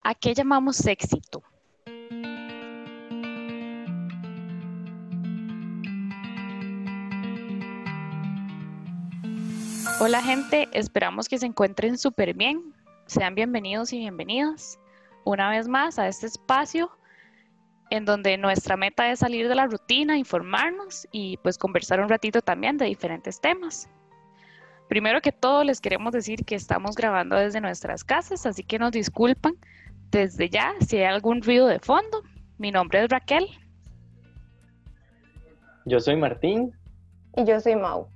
¿A qué llamamos éxito? Hola gente, esperamos que se encuentren súper bien. Sean bienvenidos y bienvenidas una vez más a este espacio en donde nuestra meta es salir de la rutina, informarnos y pues conversar un ratito también de diferentes temas. Primero que todo les queremos decir que estamos grabando desde nuestras casas, así que nos disculpan desde ya si hay algún ruido de fondo. Mi nombre es Raquel. Yo soy Martín. Y yo soy Mau.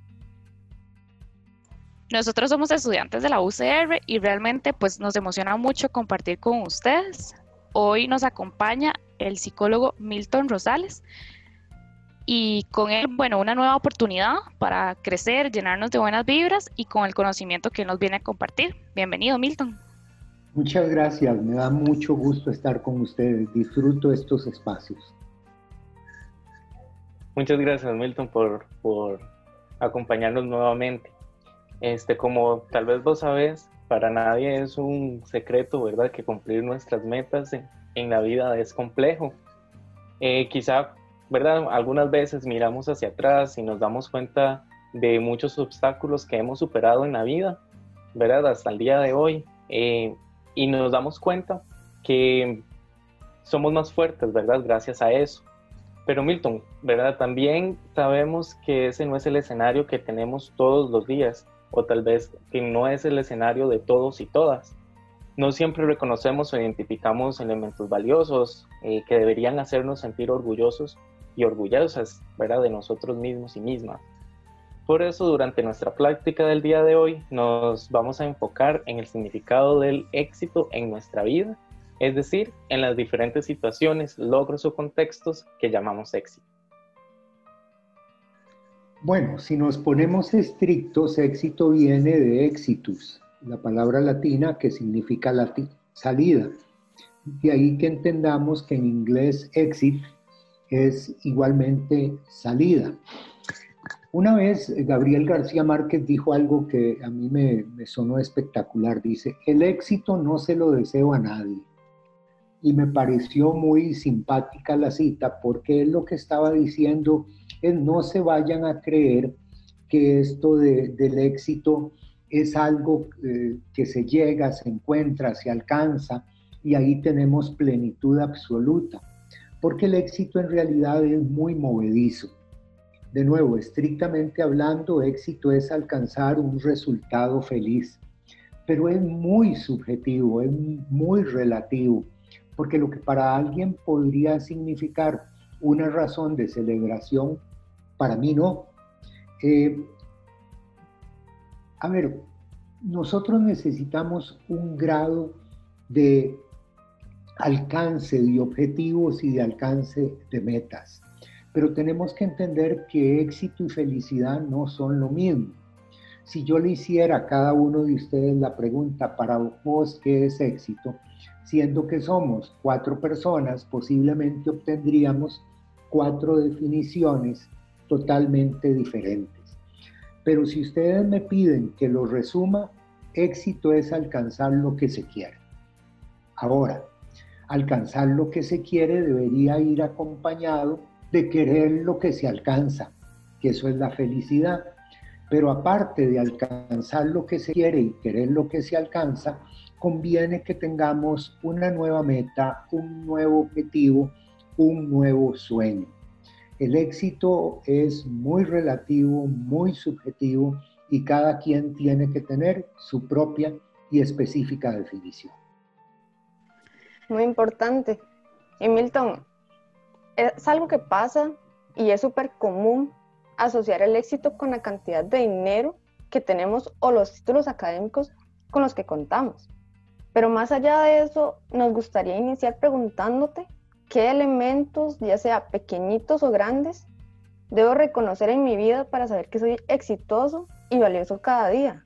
Nosotros somos estudiantes de la UCR y realmente pues nos emociona mucho compartir con ustedes. Hoy nos acompaña el psicólogo Milton Rosales y con él, bueno, una nueva oportunidad para crecer, llenarnos de buenas vibras y con el conocimiento que él nos viene a compartir. Bienvenido, Milton. Muchas gracias, me da mucho gusto estar con ustedes, disfruto estos espacios. Muchas gracias, Milton, por acompañarnos nuevamente. Como tal vez vos sabés, para nadie es un secreto, ¿verdad?, que cumplir nuestras metas en la vida es complejo. Quizá, ¿verdad?, algunas veces miramos hacia atrás y nos damos cuenta de muchos obstáculos que hemos superado en la vida, ¿verdad?, hasta el día de hoy. Y nos damos cuenta que somos más fuertes, ¿verdad?, gracias a eso. Pero Milton, ¿verdad?, también sabemos que ese no es el escenario que tenemos todos los días, o tal vez que no es el escenario de todos y todas. No siempre reconocemos o identificamos elementos valiosos que deberían hacernos sentir orgullosos y orgullosas, ¿verdad?, de nosotros mismos y mismas. Por eso, durante nuestra práctica del día de hoy, nos vamos a enfocar en el significado del éxito en nuestra vida, es decir, en las diferentes situaciones, logros o contextos que llamamos éxito. Bueno, si nos ponemos estrictos, éxito viene de exitus, la palabra latina que significa salida. De ahí que entendamos que en inglés exit es igualmente salida. Una vez Gabriel García Márquez dijo algo que a mí me sonó espectacular. Dice, el éxito no se lo deseo a nadie. Y me pareció muy simpática la cita porque él lo que estaba diciendo es no se vayan a creer que esto del éxito es algo que se llega, se encuentra, se alcanza y ahí tenemos plenitud absoluta, porque el éxito en realidad es muy movedizo. De nuevo, estrictamente hablando, éxito es alcanzar un resultado feliz, pero es muy subjetivo, es muy relativo, porque lo que para alguien podría significar una razón de celebración, para mí no. Nosotros necesitamos un grado de alcance de objetivos y de alcance de metas, pero tenemos que entender que éxito y felicidad no son lo mismo. Si yo le hiciera a cada uno de ustedes la pregunta, para vos, ¿qué es éxito?, siendo que somos 4 personas, posiblemente obtendríamos 4 definiciones totalmente diferentes. Pero si ustedes me piden que lo resuma, éxito es alcanzar lo que se quiere. Ahora, alcanzar lo que se quiere debería ir acompañado de querer lo que se alcanza, que eso es la felicidad. Pero aparte de alcanzar lo que se quiere y querer lo que se alcanza, conviene que tengamos una nueva meta, un nuevo objetivo, un nuevo sueño. El éxito es muy relativo, muy subjetivo y cada quien tiene que tener su propia y específica definición. Muy importante. Y Milton, es algo que pasa y es súper común asociar el éxito con la cantidad de dinero que tenemos o los títulos académicos con los que contamos. Pero más allá de eso, nos gustaría iniciar preguntándote qué elementos, ya sea pequeñitos o grandes, debo reconocer en mi vida para saber que soy exitoso y valioso cada día.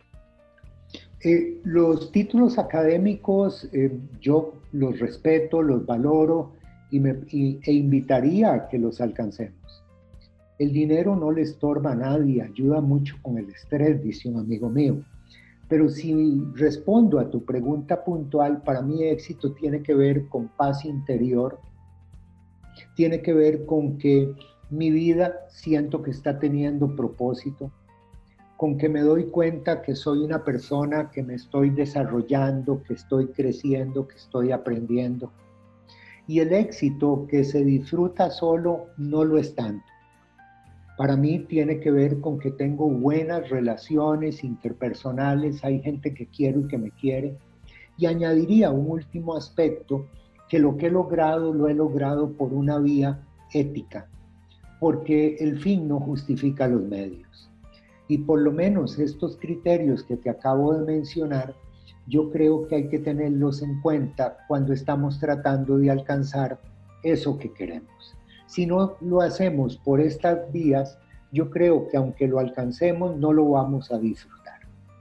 Los títulos académicos yo los respeto, los valoro e invitaría a que los alcancemos. El dinero no le estorba a nadie, ayuda mucho con el estrés, dice un amigo mío. Pero si respondo a tu pregunta puntual, para mí éxito tiene que ver con paz interior, tiene que ver con que mi vida siento que está teniendo propósito, con que me doy cuenta que soy una persona que me estoy desarrollando, que estoy creciendo, que estoy aprendiendo. Y el éxito que se disfruta solo no lo es tanto. Para mí tiene que ver con que tengo buenas relaciones interpersonales, hay gente que quiero y que me quiere. Y añadiría un último aspecto, que lo que he logrado, lo he logrado por una vía ética, porque el fin no justifica los medios. Y por lo menos estos criterios que te acabo de mencionar, yo creo que hay que tenerlos en cuenta cuando estamos tratando de alcanzar eso que queremos. Si no lo hacemos por estas vías, yo creo que aunque lo alcancemos, no lo vamos a disfrutar.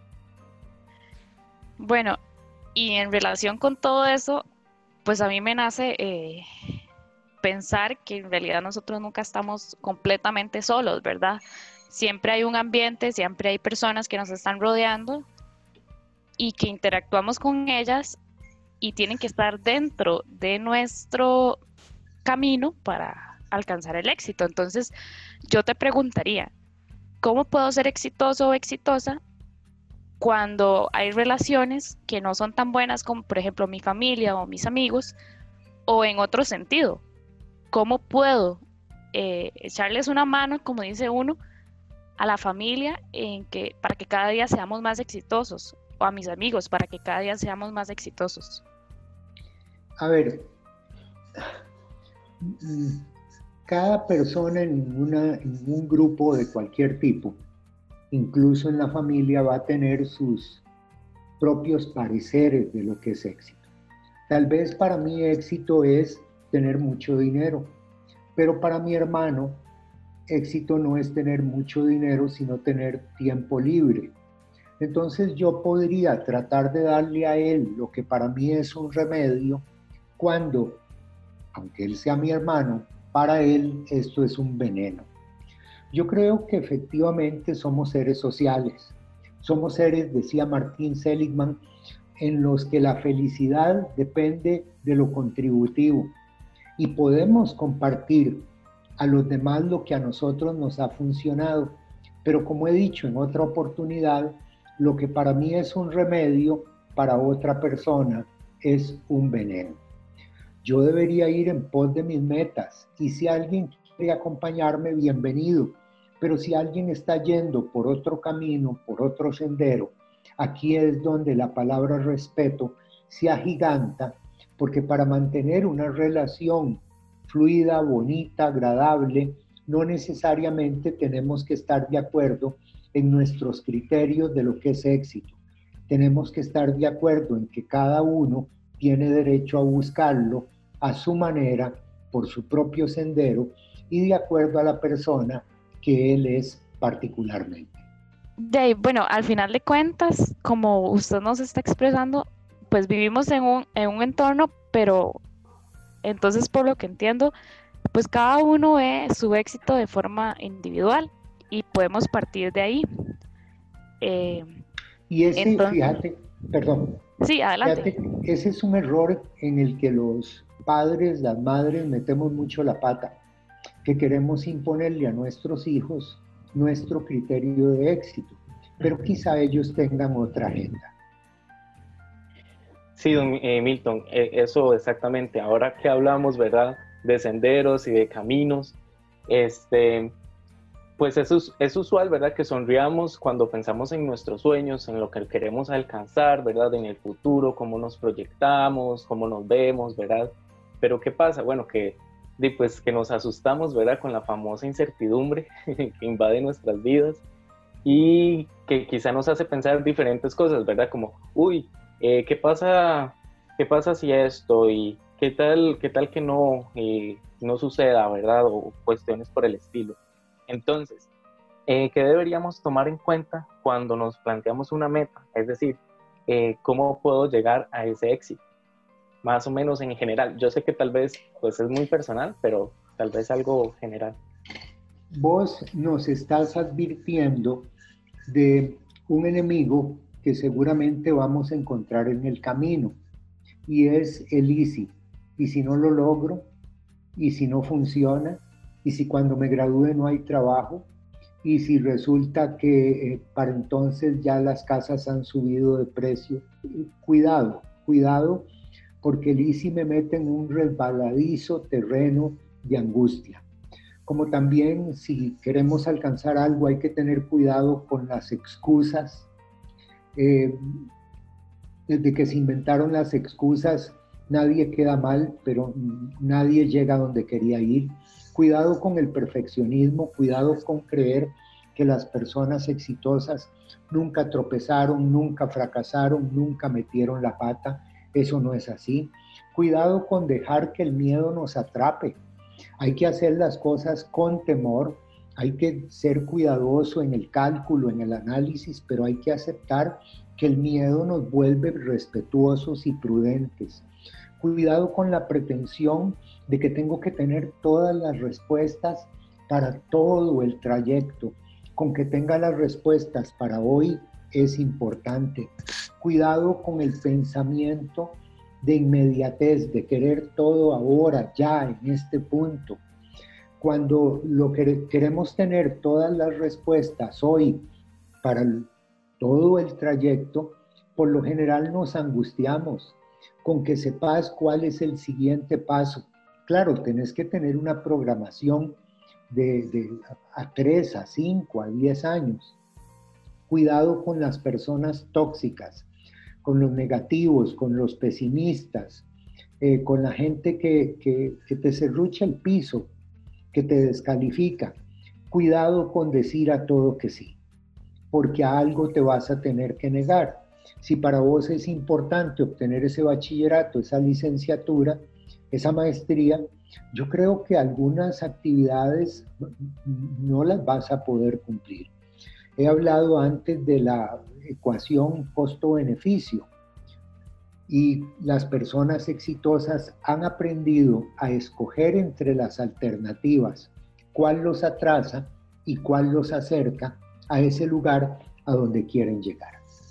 Bueno, y en relación con todo eso, pues a mí me nace pensar que en realidad nosotros nunca estamos completamente solos, ¿verdad? Siempre hay un ambiente, siempre hay personas que nos están rodeando y que interactuamos con ellas y tienen que estar dentro de nuestro camino para alcanzar el éxito. Entonces, yo te preguntaría, ¿cómo puedo ser exitoso o exitosa cuando hay relaciones que no son tan buenas como, por ejemplo, mi familia o mis amigos, o en otro sentido? ¿Cómo puedo echarles una mano, como dice uno, a la familia para que cada día seamos más exitosos, o a mis amigos para que cada día seamos más exitosos? A ver, cada persona en un grupo de cualquier tipo, incluso en la familia, va a tener sus propios pareceres de lo que es éxito. Tal vez para mí éxito es tener mucho dinero, pero para mi hermano éxito no es tener mucho dinero, sino tener tiempo libre. Entonces yo podría tratar de darle a él lo que para mí es un remedio, cuando, aunque él sea mi hermano, para él esto es un veneno. Yo creo que efectivamente somos seres sociales. Somos seres, decía Martin Seligman, en los que la felicidad depende de lo contributivo. Y podemos compartir a los demás lo que a nosotros nos ha funcionado. Pero como he dicho en otra oportunidad, lo que para mí es un remedio, para otra persona es un veneno. Yo debería ir en pos de mis metas, y si alguien quiere acompañarme, bienvenido. Pero si alguien está yendo por otro camino, por otro sendero, aquí es donde la palabra respeto se agiganta, porque para mantener una relación fluida, bonita, agradable, no necesariamente tenemos que estar de acuerdo en nuestros criterios de lo que es éxito. Tenemos que estar de acuerdo en que cada uno tiene derecho a buscarlo a su manera, por su propio sendero y de acuerdo a la persona que él es particularmente. Bueno, al final de cuentas, como usted nos está expresando, pues vivimos en un entorno, pero entonces, por lo que entiendo, pues cada uno ve su éxito de forma individual y podemos partir de ahí. Y ese, entonces, fíjate, perdón. Sí, adelante. Fíjate, ese es un error en el que los padres, las madres, metemos mucho la pata, que queremos imponerle a nuestros hijos nuestro criterio de éxito, pero quizá ellos tengan otra agenda. Sí, don Milton, eso exactamente. Ahora que hablamos, ¿verdad?, de senderos y de caminos, pues es usual, ¿verdad?, que sonriamos cuando pensamos en nuestros sueños, en lo que queremos alcanzar, ¿verdad?, en el futuro, cómo nos proyectamos, cómo nos vemos, ¿verdad? Pero ¿qué pasa? Bueno, que nos asustamos, ¿verdad?, con la famosa incertidumbre que invade nuestras vidas y que quizá nos hace pensar diferentes cosas, ¿verdad? Como, uy, ¿qué pasa si esto? Y ¿qué tal que no suceda, ¿verdad? O cuestiones por el estilo. Entonces, ¿qué deberíamos tomar en cuenta cuando nos planteamos una meta? Es decir, ¿cómo puedo llegar a ese éxito? Más o menos en general. Yo sé que tal vez pues es muy personal, pero tal vez algo general. Vos nos estás advirtiendo de un enemigo que seguramente vamos a encontrar en el camino, y es el easy. Y si no lo logro, y si no funciona, y si cuando me gradúe no hay trabajo, y si resulta que para entonces ya las casas han subido de precio, cuidado, cuidado, porque el easy me mete en un resbaladizo terreno de angustia. Como también si queremos alcanzar algo hay que tener cuidado con las excusas. Desde que se inventaron las excusas, nadie queda mal, pero nadie llega a donde quería ir. Cuidado con el perfeccionismo, cuidado con creer que las personas exitosas nunca tropezaron, nunca fracasaron, nunca metieron la pata. Eso no es así. Cuidado con dejar que el miedo nos atrape. Hay que hacer las cosas con temor, hay que ser cuidadoso en el cálculo, en el análisis, pero hay que aceptar que el miedo nos vuelve respetuosos y prudentes. Cuidado con la pretensión de que tengo que tener todas las respuestas para todo el trayecto. Con que tenga las respuestas para hoy es importante. Cuidado con el pensamiento de inmediatez, de querer todo ahora, ya, en este punto. Cuando queremos tener todas las respuestas hoy para todo el trayecto, por lo general nos angustiamos con que sepas cuál es el siguiente paso. Claro, tenés que tener una programación a 3, a 5, a 10 años. Cuidado con las personas tóxicas, con los negativos, con los pesimistas, con la gente que te serrucha el piso, que te descalifica. Cuidado con decir a todo que sí, porque a algo te vas a tener que negar. Si para vos es importante obtener ese bachillerato, esa licenciatura, esa maestría, yo creo que algunas actividades no las vas a poder cumplir. He hablado antes de la ecuación costo-beneficio y las personas exitosas han aprendido a escoger entre las alternativas cuál los atrasa y cuál los acerca a ese lugar a donde quieren llegar.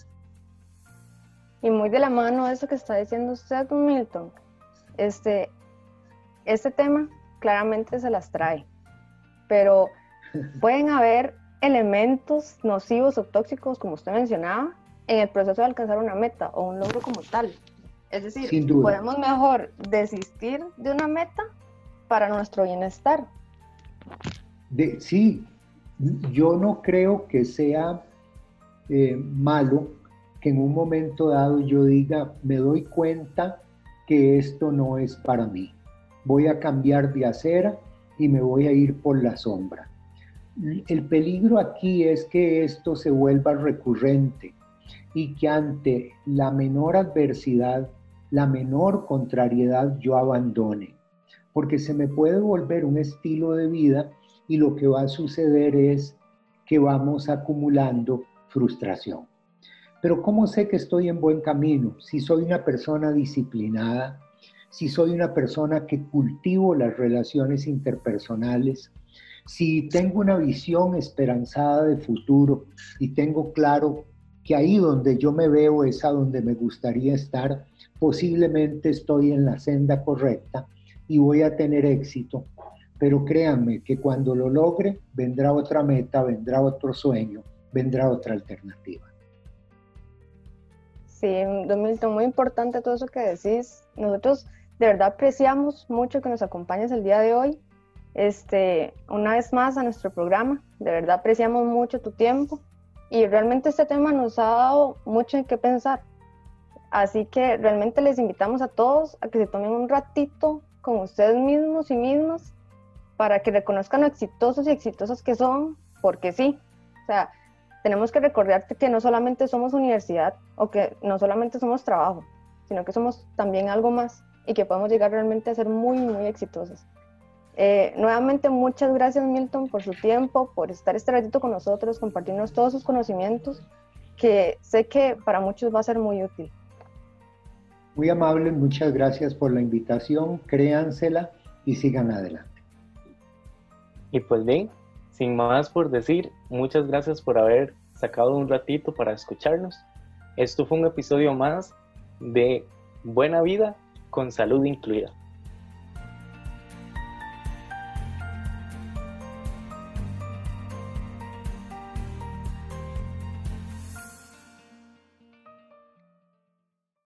Y muy de la mano de eso que está diciendo usted, don Milton, este tema claramente se las trae, pero pueden haber elementos nocivos o tóxicos, como usted mencionaba, en el proceso de alcanzar una meta o un logro como tal. Es decir, podemos mejor desistir de una meta para nuestro bienestar. Sí, yo no creo que sea malo que en un momento dado yo diga, me doy cuenta que esto no es para mí. Voy a cambiar de acera y me voy a ir por la sombra. El peligro aquí es que esto se vuelva recurrente y que ante la menor adversidad, la menor contrariedad, yo abandone. Porque se me puede volver un estilo de vida y lo que va a suceder es que vamos acumulando frustración. Pero ¿cómo sé que estoy en buen camino? Si soy una persona disciplinada, si soy una persona que cultivo las relaciones interpersonales, si tengo una visión esperanzada de futuro y tengo claro que ahí donde yo me veo es a donde me gustaría estar, posiblemente estoy en la senda correcta y voy a tener éxito. Pero créanme que cuando lo logre, vendrá otra meta, vendrá otro sueño, vendrá otra alternativa. Sí, don Milton, muy importante todo eso que decís. Nosotros de verdad apreciamos mucho que nos acompañes el día de hoy. Una vez más a nuestro programa, de verdad apreciamos mucho tu tiempo y realmente este tema nos ha dado mucho en qué pensar. Así que realmente les invitamos a todos a que se tomen un ratito con ustedes mismos y mismas para que reconozcan lo exitosos y exitosas que son, porque sí, o sea, tenemos que recordarte que no solamente somos universidad o que no solamente somos trabajo, sino que somos también algo más y que podemos llegar realmente a ser muy, muy exitosos. Nuevamente, muchas gracias, Milton, por su tiempo, por estar este ratito con nosotros, compartirnos todos sus conocimientos, que sé que para muchos va a ser muy útil. Muy amable, muchas gracias por la invitación, créansela y sigan adelante. Y pues bien, sin más por decir, muchas gracias por haber sacado un ratito para escucharnos. Esto fue un episodio más de Buena Vida con Salud Incluida.